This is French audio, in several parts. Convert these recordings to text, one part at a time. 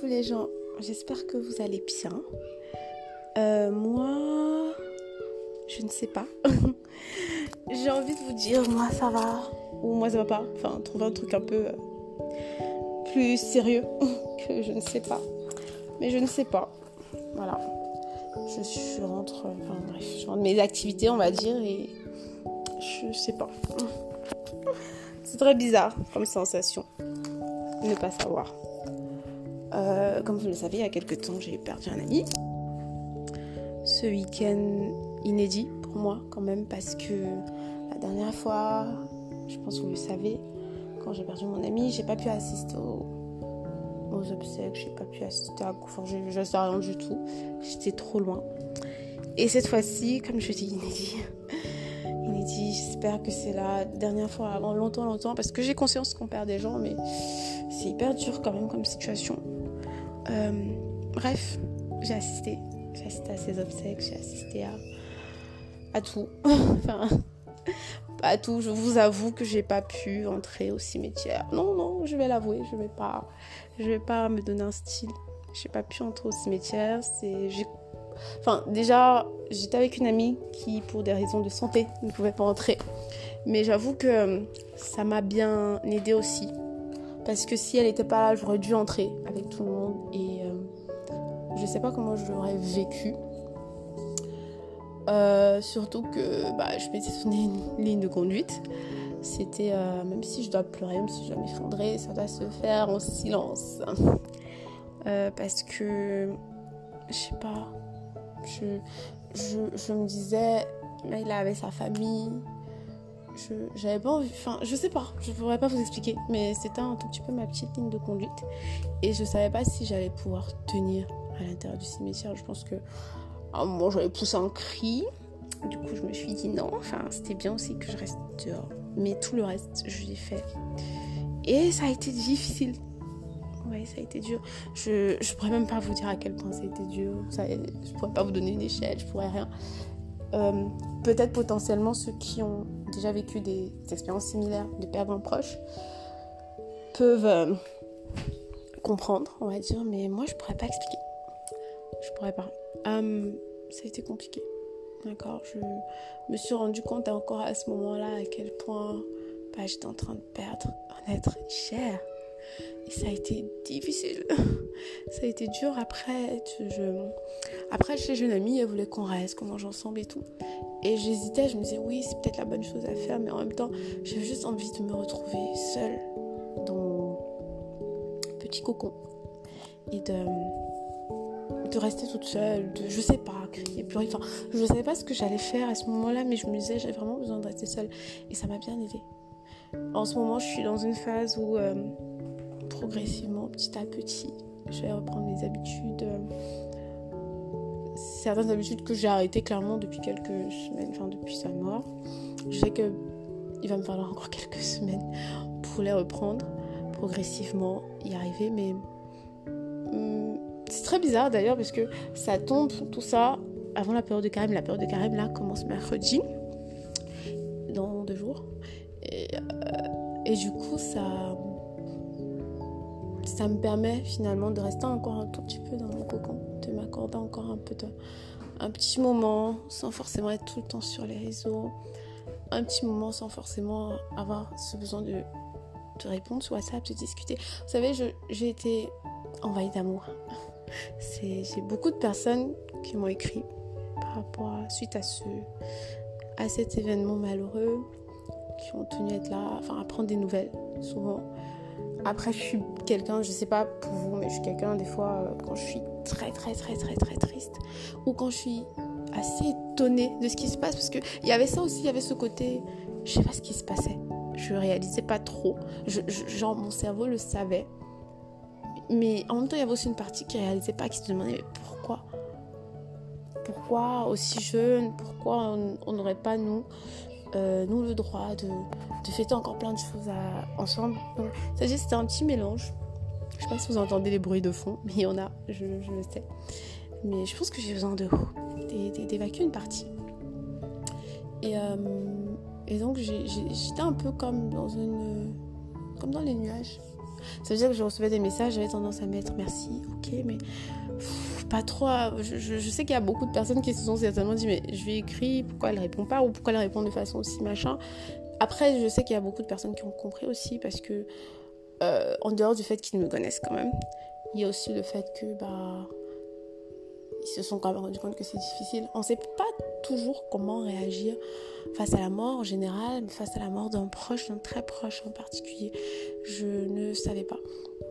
Coucou les gens, j'espère que vous allez bien. Moi, je ne sais pas. J'ai envie de vous dire, moi ça va ou moi ça va pas. Enfin, trouver un truc un peu plus sérieux que je ne sais pas. Mais je ne sais pas. Voilà. Je rentre de mes activités, on va dire, et je sais pas. C'est très bizarre comme sensation de ne pas savoir. Comme vous le savez, il y a quelques temps, j'ai perdu un ami. Ce week-end inédit pour moi quand même, parce que la dernière fois, je pense que vous le savez, quand j'ai perdu mon ami, j'ai pas pu assister aux obsèques, j'ai pas pu assister à je sais rien du tout. J'étais trop loin. Et cette fois-ci, comme je dis, inédit, j'espère que c'est la dernière fois avant longtemps, parce que j'ai conscience qu'on perd des gens, mais c'est hyper dur quand même comme situation. Bref, j'ai assisté à ces obsèques, j'ai assisté à tout. Enfin, pas à tout, je vous avoue que j'ai pas pu entrer au cimetière. Non, je vais l'avouer, je vais pas me donner un style. J'ai pas pu entrer au cimetière, déjà, j'étais avec une amie qui, pour des raisons de santé, ne pouvait pas entrer. Mais j'avoue que ça m'a bien aidée aussi. Parce que si elle n'était pas là, j'aurais dû entrer avec tout le monde. Et je sais pas comment je l'aurais vécu. Surtout que je m'étais donné une ligne de conduite. C'était, même si je dois pleurer, même si je dois m'effondrer, ça doit se faire en silence. Parce que, je sais pas, je me disais, là, il avait sa famille. J'avais pas envie, je sais pas, je pourrais pas vous expliquer, mais c'était un tout petit peu ma petite ligne de conduite et je savais pas si j'allais pouvoir tenir à l'intérieur du cimetière. Je pense que à un moment j'allais pousser un cri, du coup je me suis dit non, c'était bien aussi que je reste dehors, mais tout le reste je l'ai fait et ça a été difficile. Ouais, ça a été dur. Je pourrais même pas vous dire à quel point ça a été dur. Je pourrais pas vous donner une échelle, je pourrais rien. Peut-être potentiellement ceux qui ont déjà vécu des expériences similaires de perdre un proche peuvent comprendre, on va dire, mais moi je pourrais pas expliquer. Je pourrais pas. Ça a été compliqué. D'accord, je me suis rendu compte encore à ce moment-là à quel point j'étais en train de perdre un être cher. Et ça a été difficile. Ça a été dur. Après, chez une amie, elle voulait qu'on reste, qu'on mange ensemble et tout. Et j'hésitais, je me disais oui, c'est peut-être la bonne chose à faire, mais en même temps, j'avais juste envie de me retrouver seule dans mon petit cocon. Et de rester toute seule, je sais pas, crier, pleurer. Je savais pas ce que j'allais faire à ce moment-là, mais je me disais, j'avais vraiment besoin de rester seule. Et ça m'a bien aidée. En ce moment, je suis dans une phase où progressivement, petit à petit, je vais reprendre mes habitudes. Certaines habitudes que j'ai arrêtées clairement depuis quelques semaines, depuis sa mort. Je sais qu'il va me falloir encore quelques semaines pour les reprendre, progressivement y arriver, mais c'est très bizarre d'ailleurs parce que ça tombe tout ça avant la période de carême. La période de carême là commence mercredi, dans 2 jours, et du coup ça me permet finalement de rester encore un tout petit peu dans mon cocon, de m'accorder encore un petit moment sans forcément être tout le temps sur les réseaux, un petit moment sans forcément avoir ce besoin de répondre sur WhatsApp, de discuter. Vous savez, j'ai été envahie d'amour. J'ai beaucoup de personnes qui m'ont écrit par rapport suite à cet événement malheureux, qui ont tenu à être là, à prendre des nouvelles souvent. Après, je suis quelqu'un, je sais pas pour vous, mais je suis quelqu'un des fois quand je suis très très très très très triste ou quand je suis assez étonnée de ce qui se passe, parce que il y avait ça aussi, il y avait ce côté, je sais pas ce qui se passait, je réalisais pas trop, genre mon cerveau le savait, mais en même temps il y avait aussi une partie qui réalisait pas, qui se demandait mais pourquoi aussi jeune, pourquoi on n'aurait pas nous le droit de fêter encore plein de choses ensemble. Donc, c'était un petit mélange. Je sais pas si vous entendez les bruits de fond, mais il y en a, je le sais. Mais je pense que j'ai besoin d'évacuer une partie. Et donc, j'étais un peu comme dans les nuages. Ça veut dire que je recevais des messages, j'avais tendance à mettre merci, ok, mais pas trop. Je sais qu'il y a beaucoup de personnes qui se sont certainement dit, mais je lui ai écrit, pourquoi elle répond pas, ou pourquoi elle répond de façon aussi machin. Après, je sais qu'il y a beaucoup de personnes qui ont compris aussi, parce que en dehors du fait qu'ils me connaissent quand même, il y a aussi le fait que ils se sont quand même rendus compte que c'est difficile. On ne sait pas toujours comment réagir face à la mort en général, mais face à la mort d'un proche, d'un très proche en particulier. Je ne savais pas.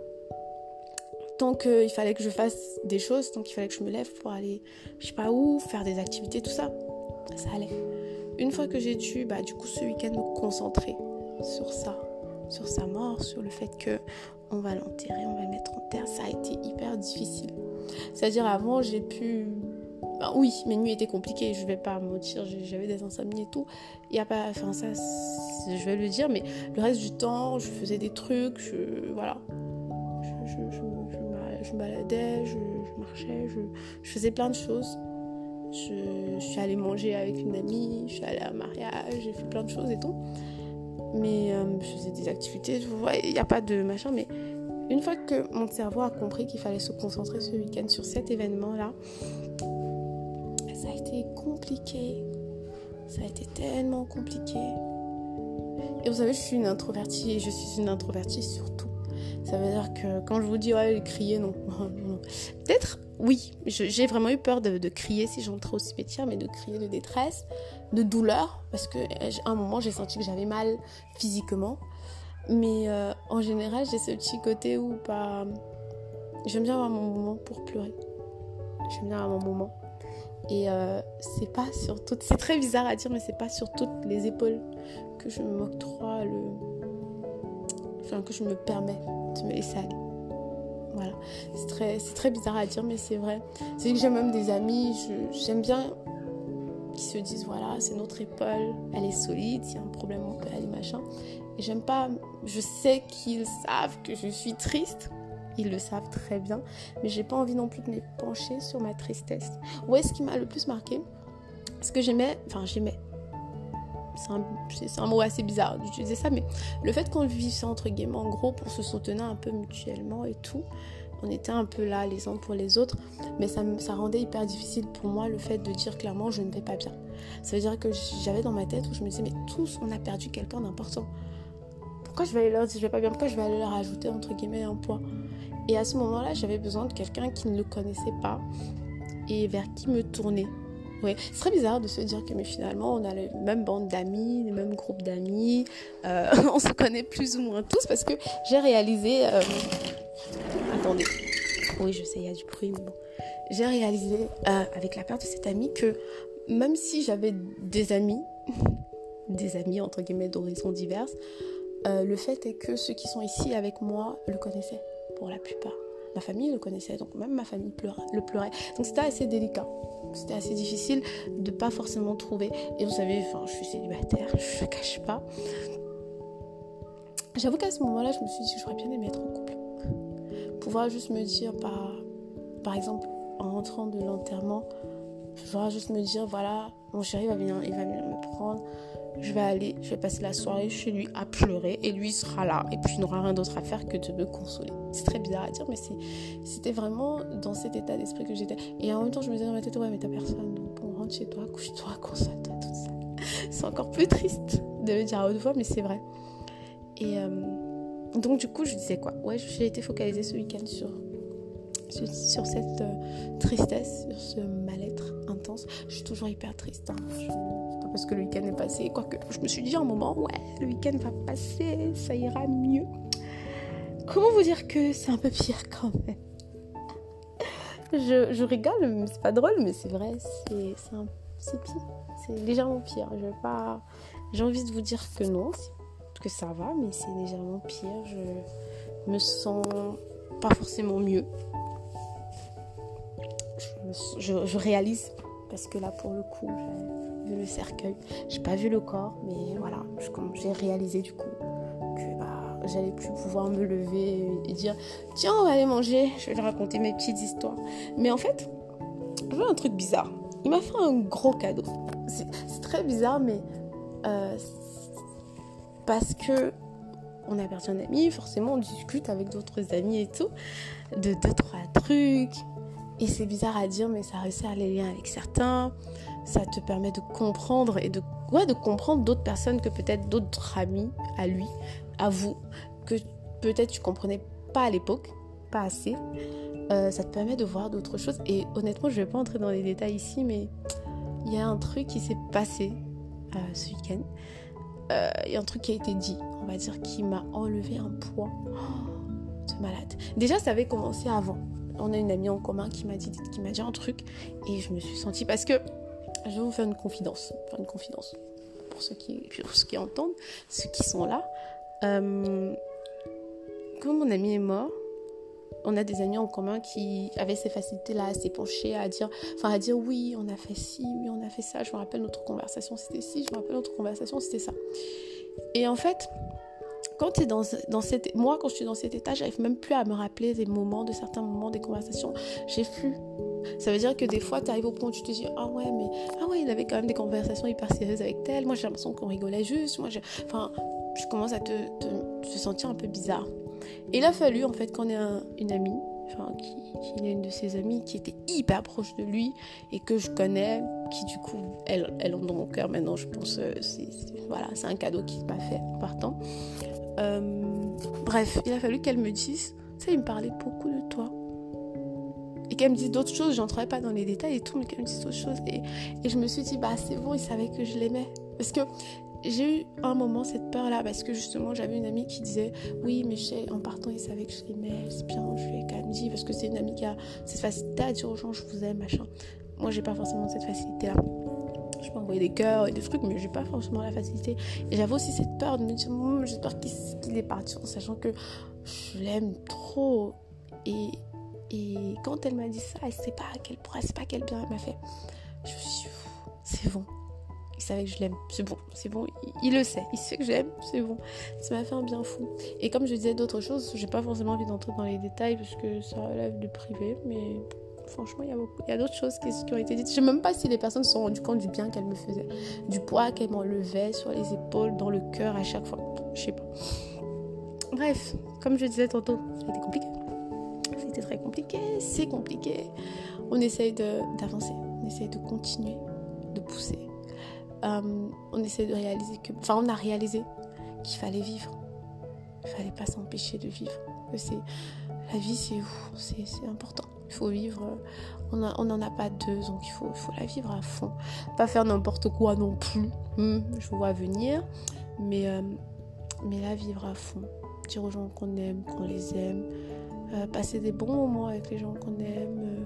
Donc il fallait que je fasse des choses, donc il fallait que je me lève pour aller, je sais pas où, faire des activités, tout ça. Ça allait. Une fois que j'ai dû, du coup, ce week-end, me concentrer sur ça, sur sa mort, sur le fait que on va l'enterrer, on va le mettre en terre, ça a été hyper difficile. C'est-à-dire avant, j'ai pu... oui, mes nuits étaient compliquées, je vais pas mentir, j'avais des insomnies et tout. Il y a pas... Enfin, ça, je vais le dire, mais le reste du temps, je faisais des trucs, voilà. Je me baladais, je marchais, je faisais plein de choses. Je suis allée manger avec une amie, je suis allée à un mariage, j'ai fait plein de choses et tout. Mais je faisais des activités, il n'y a pas de machin, mais une fois que mon cerveau a compris qu'il fallait se concentrer ce week-end sur cet événement-là, ça a été compliqué. Ça a été tellement compliqué. Et vous savez, je suis une introvertie et je suis une introvertie surtout. Ça veut dire que quand je vous dis crier, non. Peut-être, oui, j'ai vraiment eu peur de crier si j'entrais au cimetière, mais de crier de détresse, de douleur, parce qu'à un moment j'ai senti que j'avais mal physiquement. Mais en général, j'ai ce petit côté où j'aime bien avoir mon moment pour pleurer. J'aime bien avoir mon moment. Et c'est pas sur toutes... C'est très bizarre à dire, mais c'est pas sur toutes les épaules que je m'octroie que je me permets de me laisser aller. Voilà. C'est très bizarre à dire, mais c'est vrai. C'est que j'ai même des amis, j'aime bien qui se disent, voilà, c'est notre épaule, elle est solide, s'il y a un problème, on peut aller, machin. Et j'aime pas... Je sais qu'ils savent que je suis triste. Ils le savent très bien. Mais j'ai pas envie non plus de me pencher sur ma tristesse. Ouais, ce qui m'a le plus marqué, ce que j'aimais... C'est un mot assez bizarre d'utiliser ça, mais le fait qu'on vive ça entre guillemets, en gros, pour se soutenir un peu mutuellement et tout, on était un peu là les uns pour les autres, mais ça rendait hyper difficile pour moi le fait de dire clairement je ne vais pas bien. Ça veut dire que j'avais dans ma tête où je me disais, mais tous on a perdu quelqu'un d'important. Pourquoi je vais aller leur dire je vais pas bien? Pourquoi je vais aller leur ajouter entre guillemets un poids? Et à ce moment-là, j'avais besoin de quelqu'un qui ne le connaissait pas et vers qui me tourner. Ouais, c'est très bizarre de se dire que mais finalement on a la même bande d'amis, le même groupe d'amis, on se connaît plus ou moins tous parce que j'ai réalisé... Attendez, oui je sais il y a du bruit mais bon. J'ai réalisé avec la perte de cette amie que même si j'avais des amis entre guillemets d'horizons diverses, le fait est que ceux qui sont ici avec moi le connaissaient pour la plupart. Ma famille le connaissait, donc même ma famille le pleurait. Donc c'était assez délicat. C'était assez difficile de pas forcément trouver. Et vous savez, je suis célibataire, je ne cache pas. J'avoue qu'à ce moment-là, je me suis dit que j'aurais bien aimé être en couple. Pouvoir juste me dire, par exemple, en rentrant de l'enterrement, pouvoir juste me dire, voilà, mon chéri il va venir me prendre. Je vais passer la soirée chez lui à pleurer et lui il sera là et puis il n'aura rien d'autre à faire que de me consoler. C'est très bizarre à dire mais c'était vraiment dans cet état d'esprit que j'étais. Et en même temps je me disais dans ma tête, ouais mais t'as personne, donc bon, rentre chez toi, couche-toi, console-toi, tout ça. C'est encore plus triste de le dire à haute voix mais c'est vrai. Et donc du coup je disais quoi, ouais j'ai été focalisée ce week-end sur cette tristesse, sur ce mal-être intense. Je suis toujours hyper triste, hein. Parce que le week-end est passé, quoique je me suis dit à un moment, ouais, le week-end va passer, ça ira mieux. Comment vous dire que c'est un peu pire quand même? Je rigole, mais c'est pas drôle, mais c'est vrai, c'est pire, c'est légèrement pire. J'ai envie de vous dire que non, que ça va, mais c'est légèrement pire. Je me sens pas forcément mieux. Je réalise, parce que là pour le coup j'ai vu le cercueil, j'ai pas vu le corps, mais voilà, j'ai réalisé du coup que j'allais plus pouvoir me lever et dire tiens on va aller manger, je vais lui raconter mes petites histoires. Mais en fait je veux un truc bizarre, il m'a fait un gros cadeau, c'est très bizarre mais parce que on a perdu un ami, forcément on discute avec d'autres amis et tout, de 2-3 trucs. Et c'est bizarre à dire, mais ça resserre les liens avec certains. Ça te permet de comprendre et de comprendre d'autres personnes que peut-être d'autres amis à lui, à vous, que peut-être tu comprenais pas à l'époque, pas assez. Ça te permet de voir d'autres choses. Et honnêtement, je vais pas entrer dans les détails ici, mais il y a un truc qui s'est passé ce week-end. Il y a un truc qui a été dit, on va dire, qui m'a enlevé un poids de malade. Déjà, ça avait commencé avant. On a une amie en commun qui m'a dit un truc et je me suis sentie... Parce que je vais vous faire une confidence. Pour ceux qui entendent, ceux qui sont là. Quand mon ami est mort, on a des amis en commun qui avaient ces facilités-là à s'épancher, à dire oui, on a fait ci, oui, on a fait ça. Je me rappelle notre conversation, c'était ci. Je me rappelle notre conversation, c'était ça. Et en fait... Quand tu es moi, quand je suis dans cet état, j'arrive même plus à me rappeler de certains moments, des conversations. J'ai plus. Ça veut dire que des fois, tu arrives au point où tu te dis ah ouais, il avait quand même des conversations hyper sérieuses avec tel. Moi, j'ai l'impression qu'on rigolait juste. Je commence à te sentir un peu bizarre. Et il a fallu, en fait, qu'on ait une amie, qui est une de ses amies, qui était hyper proche de lui et que je connais, qui du coup, elle est dans mon cœur maintenant, je pense. C'est un cadeau qu'il m'a fait en partant. Bref, il a fallu qu'elle me dise, il me parlait beaucoup de toi. Et qu'elle me dise d'autres choses, j'entrerai pas dans les détails et tout, mais qu'elle me dise d'autres choses. Et je me suis dit, c'est bon, il savait que je l'aimais. Parce que j'ai eu un moment cette peur-là, parce que justement, j'avais une amie qui disait, oui, mais en partant, il savait que je l'aimais, c'est bien, je lui ai quand même dit, parce que c'est une amie qui a cette facilité à dire aux gens, je vous aime, machin. Moi, j'ai pas forcément cette facilité-là. Je peux envoyer des cœurs et des trucs, mais j'ai pas forcément la facilité. Et j'avais aussi cette peur de me dire, j'espère qu'il est parti, en sachant que je l'aime trop. Et quand elle m'a dit ça, elle sait pas quel bien elle m'a fait. Je me suis dit, c'est bon. Il savait que je l'aime, c'est bon. Il le sait, il sait que j'aime, c'est bon. Ça m'a fait un bien fou. Et comme je disais d'autres choses, j'ai pas forcément envie d'entrer dans les détails parce que ça relève du privé, mais... Franchement, il y a d'autres choses qui ont été dites. Je ne sais même pas si les personnes se sont rendues compte du bien qu'elle me faisait. Du poids qu'elle m'enlevait sur les épaules, dans le cœur à chaque fois. Je sais pas. Bref, comme je disais tantôt, ça a été compliqué. C'était très compliqué, c'est compliqué. On essaye d'avancer, on essaye de continuer, de pousser. On essaie de réaliser on a réalisé qu'il fallait vivre. Il ne fallait pas s'empêcher de vivre. La vie, c'est important. Il faut vivre, on n'en a pas deux, donc il faut la vivre à fond. Pas faire n'importe quoi non plus, je vois venir, mais la vivre à fond. Dire aux gens qu'on aime, qu'on les aime, passer des bons moments avec les gens qu'on aime,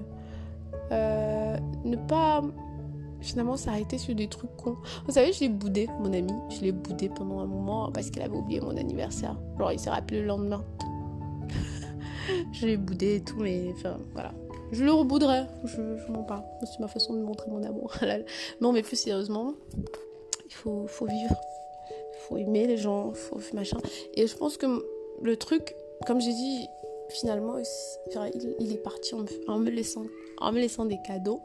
ne pas finalement s'arrêter sur des trucs cons. Vous savez, je l'ai boudé, mon ami, pendant un moment parce qu'il avait oublié mon anniversaire. Genre, il s'est rappelé le lendemain. Je l'ai boudé et tout, mais voilà. Je le rebouderai, je m'en parle. C'est ma façon de montrer mon amour. Non, mais plus sérieusement, il faut vivre. Il faut aimer les gens, il faut machin. Et je pense que le truc, comme j'ai dit, finalement, il est parti en me laissant des cadeaux.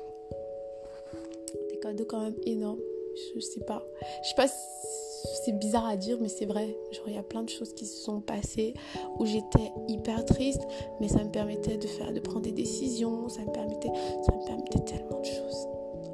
Des cadeaux quand même énormes. Je sais pas si c'est bizarre à dire, mais c'est vrai. Genre, il y a plein de choses qui se sont passées où j'étais hyper triste, mais ça me permettait de prendre des décisions, ça me permettait tellement de choses.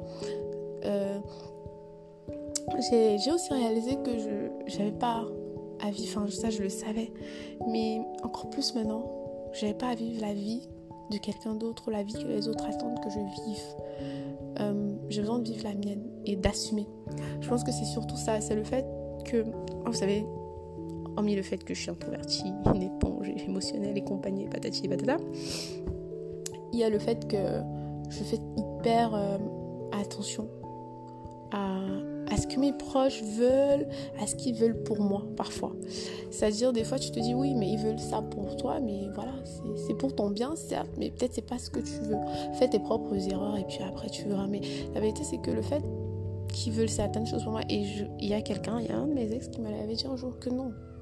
J'ai aussi réalisé que j'avais pas à vivre, ça je le savais, mais encore plus maintenant, j'avais pas à vivre la vie de quelqu'un d'autre ou la vie que les autres attendent que je vive. J'ai besoin de vivre la mienne et d'assumer. Je pense que c'est surtout ça, c'est le fait que, vous savez, hormis le fait que je suis introvertie, une éponge émotionnelle et compagnie, patati et patata, il y a le fait que je fais hyper attention à ce que mes proches veulent, à ce qu'ils veulent pour moi, parfois. C'est-à-dire, des fois, tu te dis, oui, mais ils veulent ça pour toi, mais voilà, c'est pour ton bien, certes, mais peut-être c'est pas ce que tu veux. Fais tes propres erreurs et puis après, tu verras. Mais la vérité, c'est que le fait qu'ils veulent certaines choses pour moi, et il y a un de mes ex qui me l'avait dit un jour que non,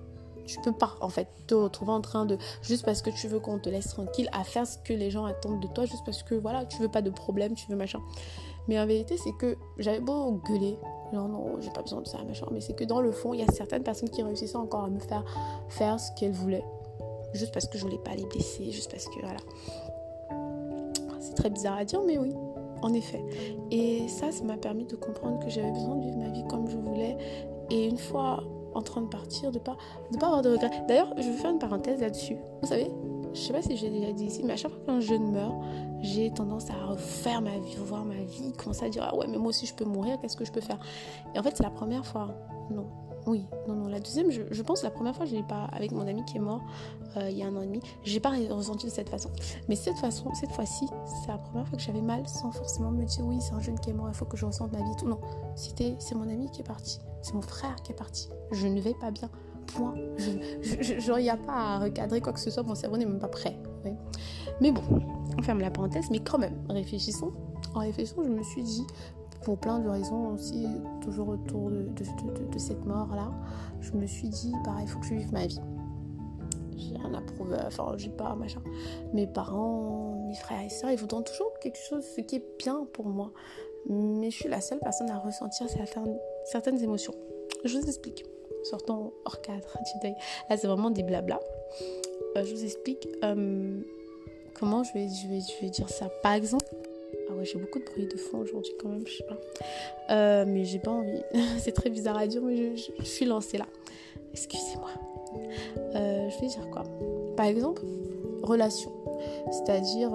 Tu peux pas, en fait, te retrouver en train de... Juste parce que tu veux qu'on te laisse tranquille à faire ce que les gens attendent de toi, juste parce que, voilà, tu veux pas de problème, tu veux machin. Mais en vérité, c'est que j'avais beau gueuler, genre non, j'ai pas besoin de ça, machin, mais c'est que dans le fond, il y a certaines personnes qui réussissaient encore à me faire ce qu'elles voulaient. Juste parce que je voulais pas les blesser, juste parce que, voilà. C'est très bizarre à dire, mais oui, en effet. Et ça m'a permis de comprendre que j'avais besoin de vivre ma vie comme je voulais. Et une fois en train de partir, de pas avoir de regrets. D'ailleurs, je vais faire une parenthèse là-dessus. Vous savez, je sais pas si j'ai déjà dit ici, mais à chaque fois qu'un jeune meurt, j'ai tendance à refaire ma vie, revoir ma vie, commencer à dire ah ouais, mais moi aussi je peux mourir, qu'est-ce que je peux faire? Et en fait, c'est la première fois. Non. Oui, non, la deuxième, je pense la première fois, je l'ai pas, avec mon ami qui est mort il y a 1 an et demi, j'ai pas ressenti de cette façon. Mais cette fois-ci, c'est la première fois que j'avais mal sans forcément me dire oui, c'est un jeune qui est mort, il faut que je ressente ma vie et tout. Non, c'est mon ami qui est parti, c'est mon frère qui est parti. Je ne vais pas bien, point. Genre, il n'y a pas à recadrer quoi que ce soit, mon cerveau n'est même pas prêt. Oui. Mais bon, on ferme la parenthèse, mais quand même, réfléchissons. En réfléchissant, je me suis dit, pour plein de raisons aussi, toujours autour de cette mort-là, je me suis dit, il faut que je vive ma vie. J'ai rien à prouver, enfin, j'ai pas, machin. Mes parents, mes frères et sœurs, ils voudront toujours quelque chose, ce qui est bien pour moi. Mais je suis la seule personne à ressentir certaines émotions. Je vous explique. Sortons hors cadre du deuil. Là, c'est vraiment des blabla. Je vous explique comment je vais dire ça. Par exemple, ah ouais, j'ai beaucoup de bruit de fond aujourd'hui quand même, je sais pas. Mais j'ai pas envie. C'est très bizarre à dire, mais je suis lancée là. Excusez-moi. Je vais dire quoi? Par exemple, relation. C'est-à-dire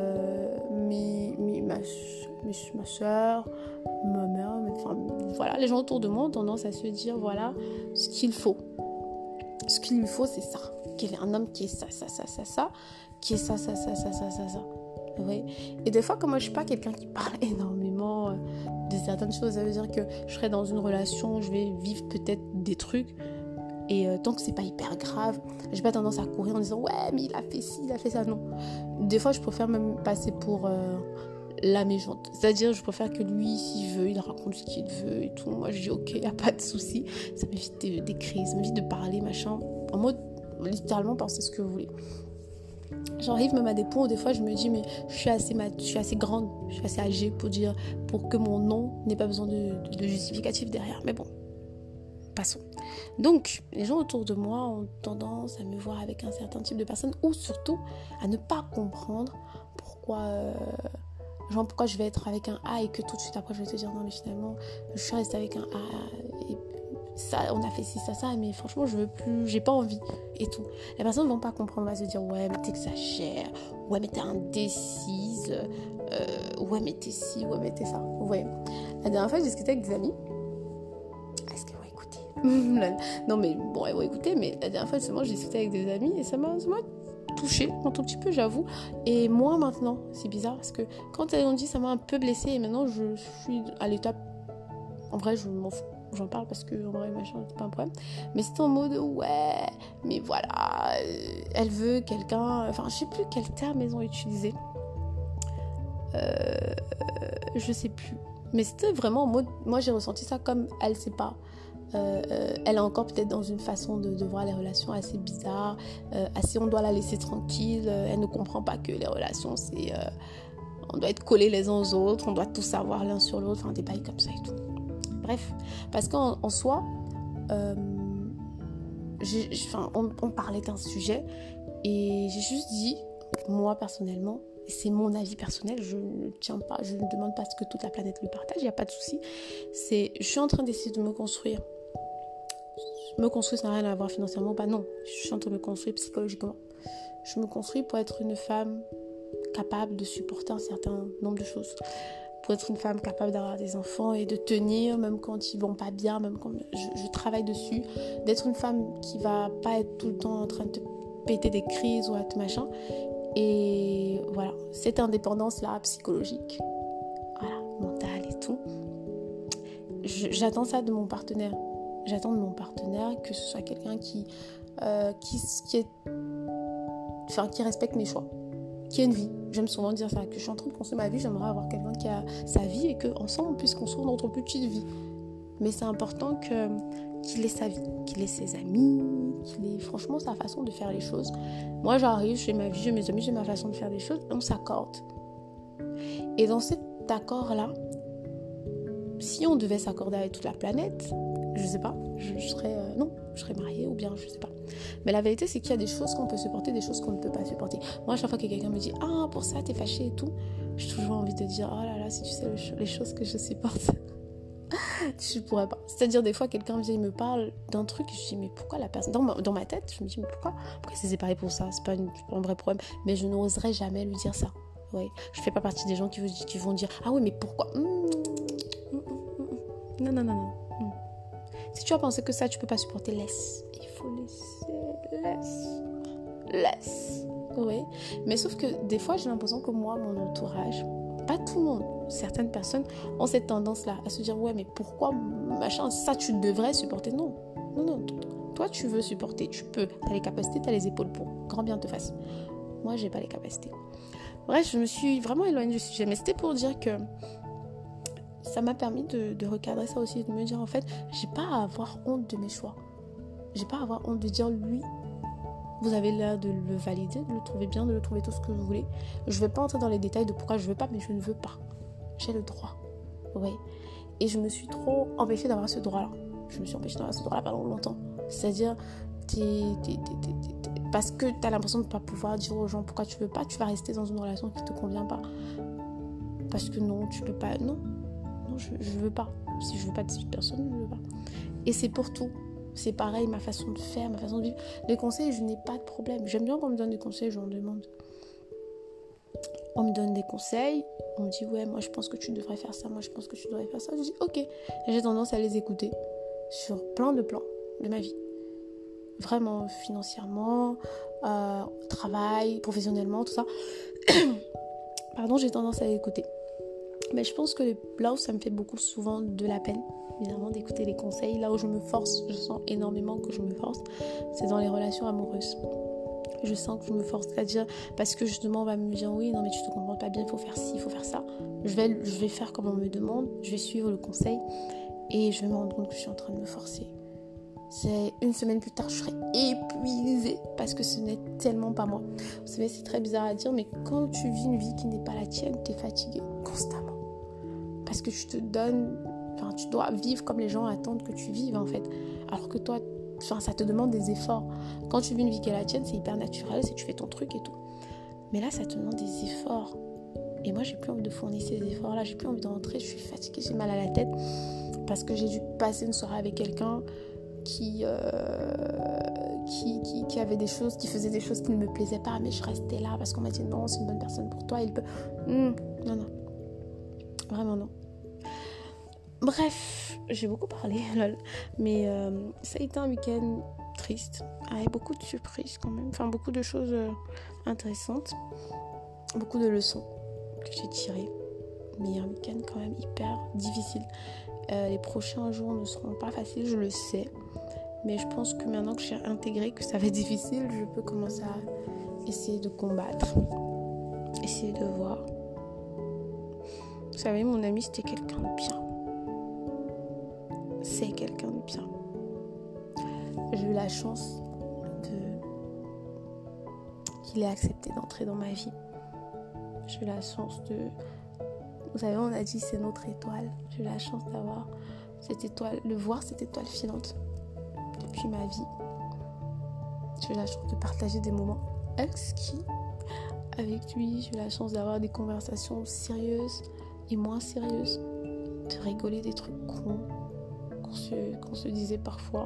ma soeur, ma mère, enfin voilà, les gens autour de moi ont tendance à se dire voilà ce qu'il faut. Ce qu'il lui faut, c'est ça. Qu'il y ait un homme qui est ça, qui est ça. Oui. Et des fois, comme moi je suis pas quelqu'un qui parle énormément de certaines choses, ça veut dire que je serai dans une relation, je vais vivre peut-être des trucs. Et tant que c'est pas hyper grave, j'ai pas tendance à courir en disant ouais mais il a fait ci, il a fait ça, non. Des fois je préfère même passer pour la méchante, c'est-à-dire je préfère que lui s'il veut il raconte ce qu'il veut et tout, moi je dis ok, y a pas de souci, ça m'évite des crises, ça m'évite de parler machin, en mode littéralement pensez ce que vous voulez. J'arrive même à des points où des fois je me dis mais je suis assez grande, je suis assez âgée pour que mon nom n'ait pas besoin de justificatif derrière, mais bon, passons. Donc, les gens autour de moi ont tendance à me voir avec un certain type de personne ou surtout à ne pas comprendre pourquoi je vais être avec un A et que tout de suite après je vais te dire non mais finalement je suis restée avec un A et ça, on a fait ci, ça, mais franchement je veux plus, j'ai pas envie et tout. Les personnes ne vont pas comprendre, elles vont se dire ouais mais t'exagères, ouais mais t'es indécise, ouais mais t'es ci, ouais mais t'es ça. Vous voyez, la dernière fois je discutais avec des amis. Non mais bon, elle va écouter, mais la dernière fois justement j'ai discuté avec des amis et ça m'a touchée un tout petit peu, j'avoue, et moi maintenant c'est bizarre parce que quand elles ont dit ça m'a un peu blessée et maintenant je suis à l'étape, en vrai je m'en fous, j'en parle parce que en vrai machin c'est pas un problème, mais c'était en mode ouais mais voilà elle veut quelqu'un, enfin je sais plus quel terme elles ont utilisé, je sais plus, mais c'était vraiment en mode, moi j'ai ressenti ça comme elle sait pas. Elle est encore peut-être dans une façon de voir les relations assez bizarre, assez on doit la laisser tranquille, elle ne comprend pas que les relations c'est on doit être collés les uns aux autres, on doit tout savoir l'un sur l'autre, enfin des bails comme ça et tout. Bref, parce qu'en soi on parlait d'un sujet et j'ai juste dit, moi personnellement, c'est mon avis personnel, je ne demande pas ce que toute la planète le partage, il n'y a pas de souci, je suis en train d'essayer de me construire. Me construire, ça n'a rien à voir financièrement, non, je suis en train de me construire psychologiquement. Je me construis pour être une femme capable de supporter un certain nombre de choses, pour être une femme capable d'avoir des enfants et de tenir même quand ils vont pas bien, même quand je travaille dessus, d'être une femme qui va pas être tout le temps en train de te péter des crises ou à te machin, et voilà, cette indépendance là psychologique, voilà, mentale et tout, j'attends ça de mon partenaire. J'attends de mon partenaire que ce soit quelqu'un qui respecte mes choix, qui a une vie. J'aime souvent dire ça, que je suis en train de construire ma vie, j'aimerais avoir quelqu'un qui a sa vie et qu'ensemble on puisse construire notre petite vie. Mais c'est important qu'il ait sa vie, qu'il ait ses amis, qu'il ait franchement sa façon de faire les choses. Moi, j'arrive, j'ai ma vie, j'ai mes amis, j'ai ma façon de faire des choses, et on s'accorde. Et dans cet accord-là, si on devait s'accorder avec toute la planète, je sais pas, je serais mariée ou bien je sais pas. Mais la vérité, c'est qu'il y a des choses qu'on peut supporter, des choses qu'on ne peut pas supporter. Moi, à chaque fois que quelqu'un me dit « Ah, pour ça, t'es fâchée et tout », j'ai toujours envie de dire « Oh là là, si tu sais les choses que je supporte, je pourrais pas. » C'est-à-dire, des fois, quelqu'un vient, il me parle d'un truc, et je dis « Mais pourquoi la personne... » Dans ma tête, je me dis « Mais pourquoi c'est séparé pour ça ? C'est pas un vrai problème. » Mais je n'oserais jamais lui dire ça. Ouais. Je fais pas partie des gens qui vont dire « Ah oui, mais pourquoi Non. Si tu as pensé que ça, tu peux pas supporter, laisse. Il faut laisser. Laisse. Oui. Mais sauf que des fois, j'ai l'impression que moi, mon entourage, pas tout le monde, certaines personnes ont cette tendance-là à se dire « Ouais, mais pourquoi, machin, ça, tu devrais supporter. » Non. Toi, tu veux supporter, tu peux. Tu as les capacités, tu as les épaules pour. Grand bien te fasse. Moi, j'ai pas les capacités. Bref, je me suis vraiment éloignée du sujet. Mais c'était pour dire que ça m'a permis de recadrer ça aussi, de me dire en fait, j'ai pas à avoir honte de mes choix. J'ai pas à avoir honte de dire lui, vous avez l'air de le valider, de le trouver bien, de le trouver tout ce que vous voulez. Je vais pas entrer dans les détails de pourquoi je veux pas, mais je ne veux pas. J'ai le droit. Oui. Et je me suis trop empêchée d'avoir ce droit-là. Je me suis empêchée d'avoir ce droit-là pendant longtemps. C'est-à-dire, parce que tu as l'impression de ne pas pouvoir dire aux gens pourquoi tu veux pas, tu vas rester dans une relation qui te convient pas. Parce que non, tu peux pas. Non, je veux pas. Si je veux pas de cette personne, je veux pas. Et c'est pour tout. C'est pareil, ma façon de faire, ma façon de vivre. Les conseils, je n'ai pas de problème. J'aime bien quand on me donne des conseils, j'en demande. On me donne des conseils, on me dit ouais, moi je pense que tu devrais faire ça, moi je pense que tu devrais faire ça. Je dis ok. Et j'ai tendance à les écouter sur plein de plans de ma vie. Vraiment financièrement, travail, professionnellement, tout ça. Pardon, j'ai tendance à les écouter. Mais je pense que là où ça me fait beaucoup souvent de la peine, évidemment, d'écouter les conseils, là où je me force, je sens énormément que je me force, c'est dans les relations amoureuses. Je sens que je me force, c'est-à-dire parce que justement on va me dire oui, non mais tu te comprends pas bien, il faut faire ci, il faut faire ça. Je vais faire comme on me demande, je vais suivre le conseil et je vais me rendre compte que je suis en train de me forcer. C'est une semaine plus tard, je serai épuisée parce que ce n'est tellement pas moi. Vous savez, c'est très bizarre à dire, mais quand tu vis une vie qui n'est pas la tienne, tu es fatiguée constamment. Parce que tu dois vivre comme les gens attendent que tu vives en fait. Alors que toi, ça te demande des efforts. Quand tu vis une vie qui est la tienne, c'est hyper naturel, c'est tu fais ton truc et tout. Mais là, ça te demande des efforts. Et moi, j'ai plus envie de fournir ces efforts-là, j'ai plus envie de rentrer, je suis fatiguée, j'ai mal à la tête parce que j'ai dû passer une soirée avec quelqu'un qui avait des choses, qui faisait des choses qui ne me plaisaient pas, mais je restais là parce qu'on m'a dit non, c'est une bonne personne pour toi, il peut... non, vraiment non. Bref, j'ai beaucoup parlé, lol. Mais ça a été un week-end triste, avec beaucoup de surprises quand même, enfin beaucoup de choses intéressantes, beaucoup de leçons que j'ai tirées, mais un week-end quand même hyper difficile. Les prochains jours ne seront pas faciles, je le sais. Mais je pense que maintenant que j'ai intégré que ça va être difficile, je peux commencer à essayer de combattre. Essayer de voir. Vous savez, mon ami, c'était quelqu'un de bien. C'est quelqu'un de bien. J'ai eu la chance qu'il ait accepté d'entrer dans ma vie. J'ai eu la chance de... Vous savez, on a dit c'est notre étoile. J'ai eu la chance d'avoir cette étoile, de voir cette étoile filante depuis ma vie. J'ai eu la chance de partager des moments exquis avec lui. J'ai eu la chance d'avoir des conversations sérieuses et moins sérieuses, de rigoler des trucs cons qu'on se disait parfois,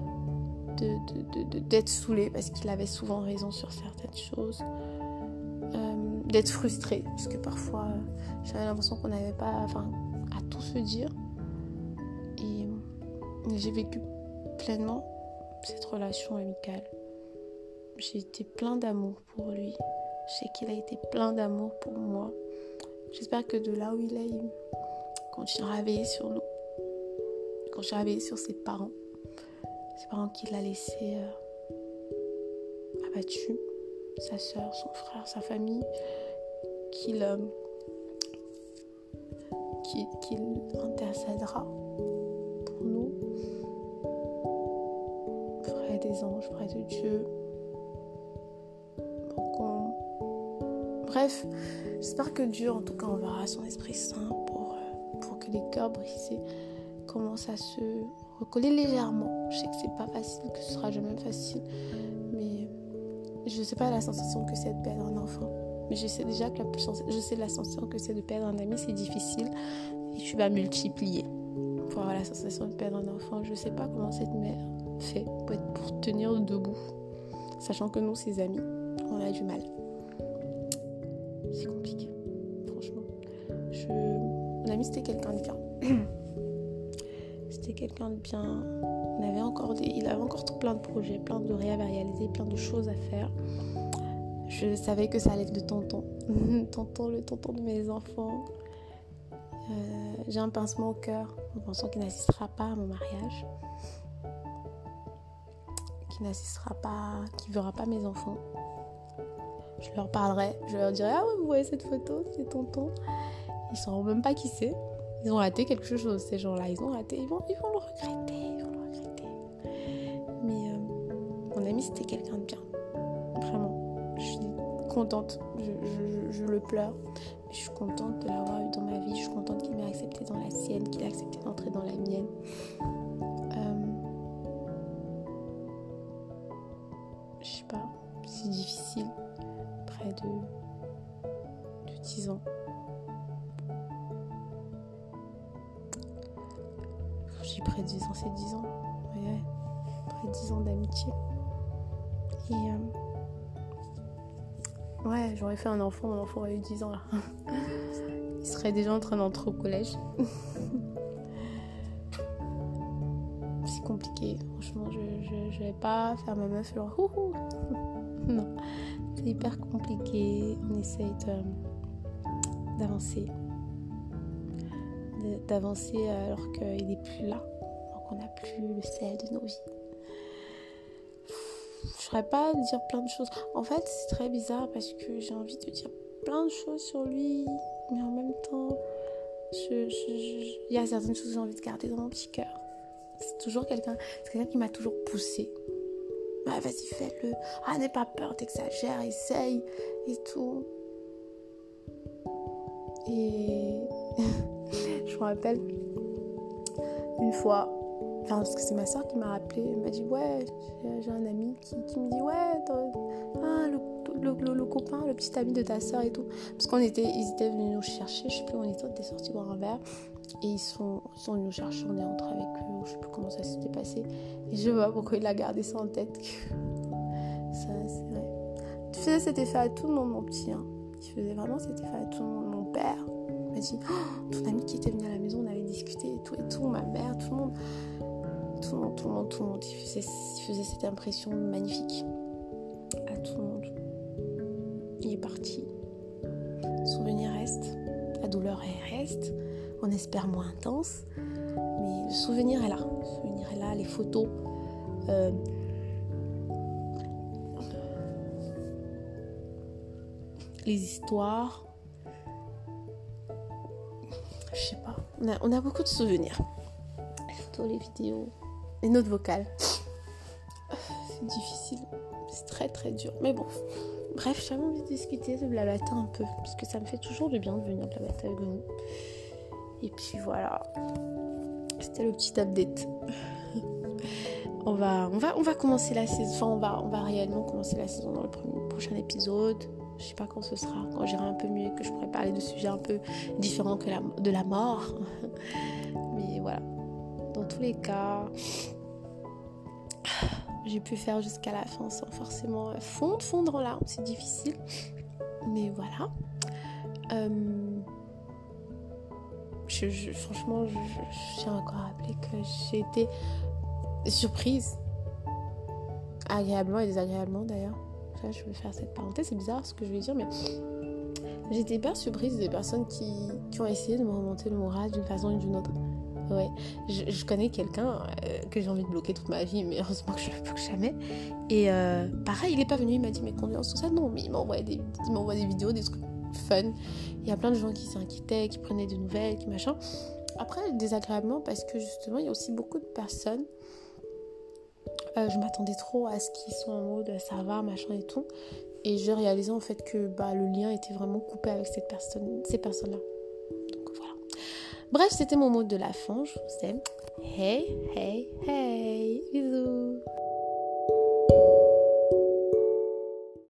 d'être saoulé parce qu'il avait souvent raison sur certaines choses, d'être frustré parce que parfois j'avais l'impression qu'on n'avait pas à tout se dire, et j'ai vécu pleinement cette relation amicale. J'ai été plein d'amour pour lui, je sais qu'il a été plein d'amour pour moi. J'espère que de là où il est, il continuera à veiller sur nous, il continuera à veiller sur ses parents qu'il a laissés abattus, sa soeur, son frère, sa famille, qu'il intercédera pour nous. des anges, près de Dieu. Bref, j'espère que Dieu, en tout cas, enverra son Esprit Saint pour que les cœurs brisés commencent à se recoller légèrement. Je sais que c'est pas facile, que ce sera jamais facile, mais je sais pas la sensation que c'est de perdre un enfant. Mais je sais déjà que je sais la sensation que c'est de perdre un ami, c'est difficile. Et tu vas multiplier pour avoir la sensation de perdre un enfant. Je sais pas comment cette mère fait pour tenir debout, sachant que nous, ses amis, on a du mal. C'est compliqué, franchement. Mon ami, c'était quelqu'un de bien. C'était quelqu'un de bien. Il avait encore plein de projets, plein de rêves à réaliser, plein de choses à faire. Je savais que ça allait être de tonton. Le tonton de mes enfants. J'ai un pincement au cœur en pensant qu'il n'assistera pas à mon mariage. Qu'il ne verra pas mes enfants. Je leur parlerai, je leur dirai: ah ouais, vous voyez cette photo, c'est tonton. Ils ne sauront même pas qui c'est. Ils ont raté quelque chose, ces gens-là. Ils ont raté, ils vont le regretter. Mais mon ami, c'était quelqu'un de bien. Vraiment. Je suis contente. Je le pleure. Mais je suis contente de l'avoir eu dans ma vie. Je suis contente qu'il m'ait accepté dans la sienne, qu'il ait accepté d'entrer dans la mienne. Je sais pas, c'est difficile. Près de 10 ans. Quand je dis près de 10 ans, c'est 10 ans. Ouais. Près de 10 ans d'amitié. Et ouais, j'aurais fait un enfant, mon enfant aurait eu 10 ans là. Il serait déjà en train d'entrer au collège. C'est compliqué, franchement, je vais pas faire ma meuf genre houhou. Non, c'est hyper compliqué. On essaye d'avancer alors qu'il n'est plus là, alors qu'on n'a plus le sel de nos vies. Je ne saurais pas dire plein de choses. En fait, c'est très bizarre parce que j'ai envie de dire plein de choses sur lui, mais en même temps, il y a certaines choses que j'ai envie de garder dans mon petit cœur. C'est quelqu'un qui m'a toujours poussée. Ah, vas-y, fais-le. Ah, n'aie pas peur, t'exagères, essaye et tout. Et je me rappelle une fois, parce que c'est ma soeur qui m'a rappelé, elle m'a dit: ouais, j'ai un ami qui me dit: ouais, le copain, le petit ami de ta soeur et tout. Parce ils étaient venus nous chercher, je sais plus où on était sortis boire un verre. Et ils sont venus nous chercher, on est rentré avec eux, je sais plus comment ça s'était passé. Et je vois pourquoi il a gardé ça en tête. Ça, c'est vrai. Tu faisais cet effet à tout le monde, mon petit. Hein. Il faisait vraiment cet effet à tout le monde. Mon père m'a dit: oh, ton ami qui était venu à la maison, on avait discuté et tout. Ma mère, tout le monde. Il faisait cette impression magnifique à tout le monde. Il est parti. Le souvenir reste. La douleur reste. On espère moins intense, mais le souvenir est là. Les photos. Les histoires. Je sais pas. On a beaucoup de souvenirs. Les photos, les vidéos, les notes vocales. C'est difficile. C'est très très dur. Mais bon. Bref, j'avais envie de discuter, de blablater un peu, parce que ça me fait toujours du bien de venir blablater avec vous. Et puis voilà, c'était le petit update. on va commencer la saison, on va réellement commencer la saison dans le prochain épisode. Je sais pas quand ce sera, quand j'irai un peu mieux, que je pourrai parler de sujets un peu différents que de la mort. Mais voilà, dans tous les cas, j'ai pu faire jusqu'à la fin sans forcément fondre en larmes, c'est difficile. Mais voilà. Franchement, je tiens encore à rappeler que j'ai été surprise, agréablement et désagréablement d'ailleurs. Ça, je vais faire cette parenthèse, c'est bizarre ce que je vais dire, mais j'ai été hyper surprise des personnes qui ont essayé de me remonter le moral d'une façon ou d'une autre. Ouais, je connais quelqu'un que j'ai envie de bloquer toute ma vie, mais heureusement que je ne le bloque jamais. Et pareil, il n'est pas venu, il m'a dit mes condoléances, tout ça. Non, mais il m'envoie des vidéos, des trucs fun. Il y a plein de gens qui s'inquiétaient, qui prenaient des nouvelles, qui machin. Après, désagréablement, parce que justement, il y a aussi beaucoup de personnes Je m'attendais trop à ce qu'ils soient en mode ça va, machin et tout. Et j'ai réalisé en fait que le lien était vraiment coupé avec ces personnes-là. Donc voilà. Bref, c'était mon mot de la fin. Je vous aime. Hey, hey, hey.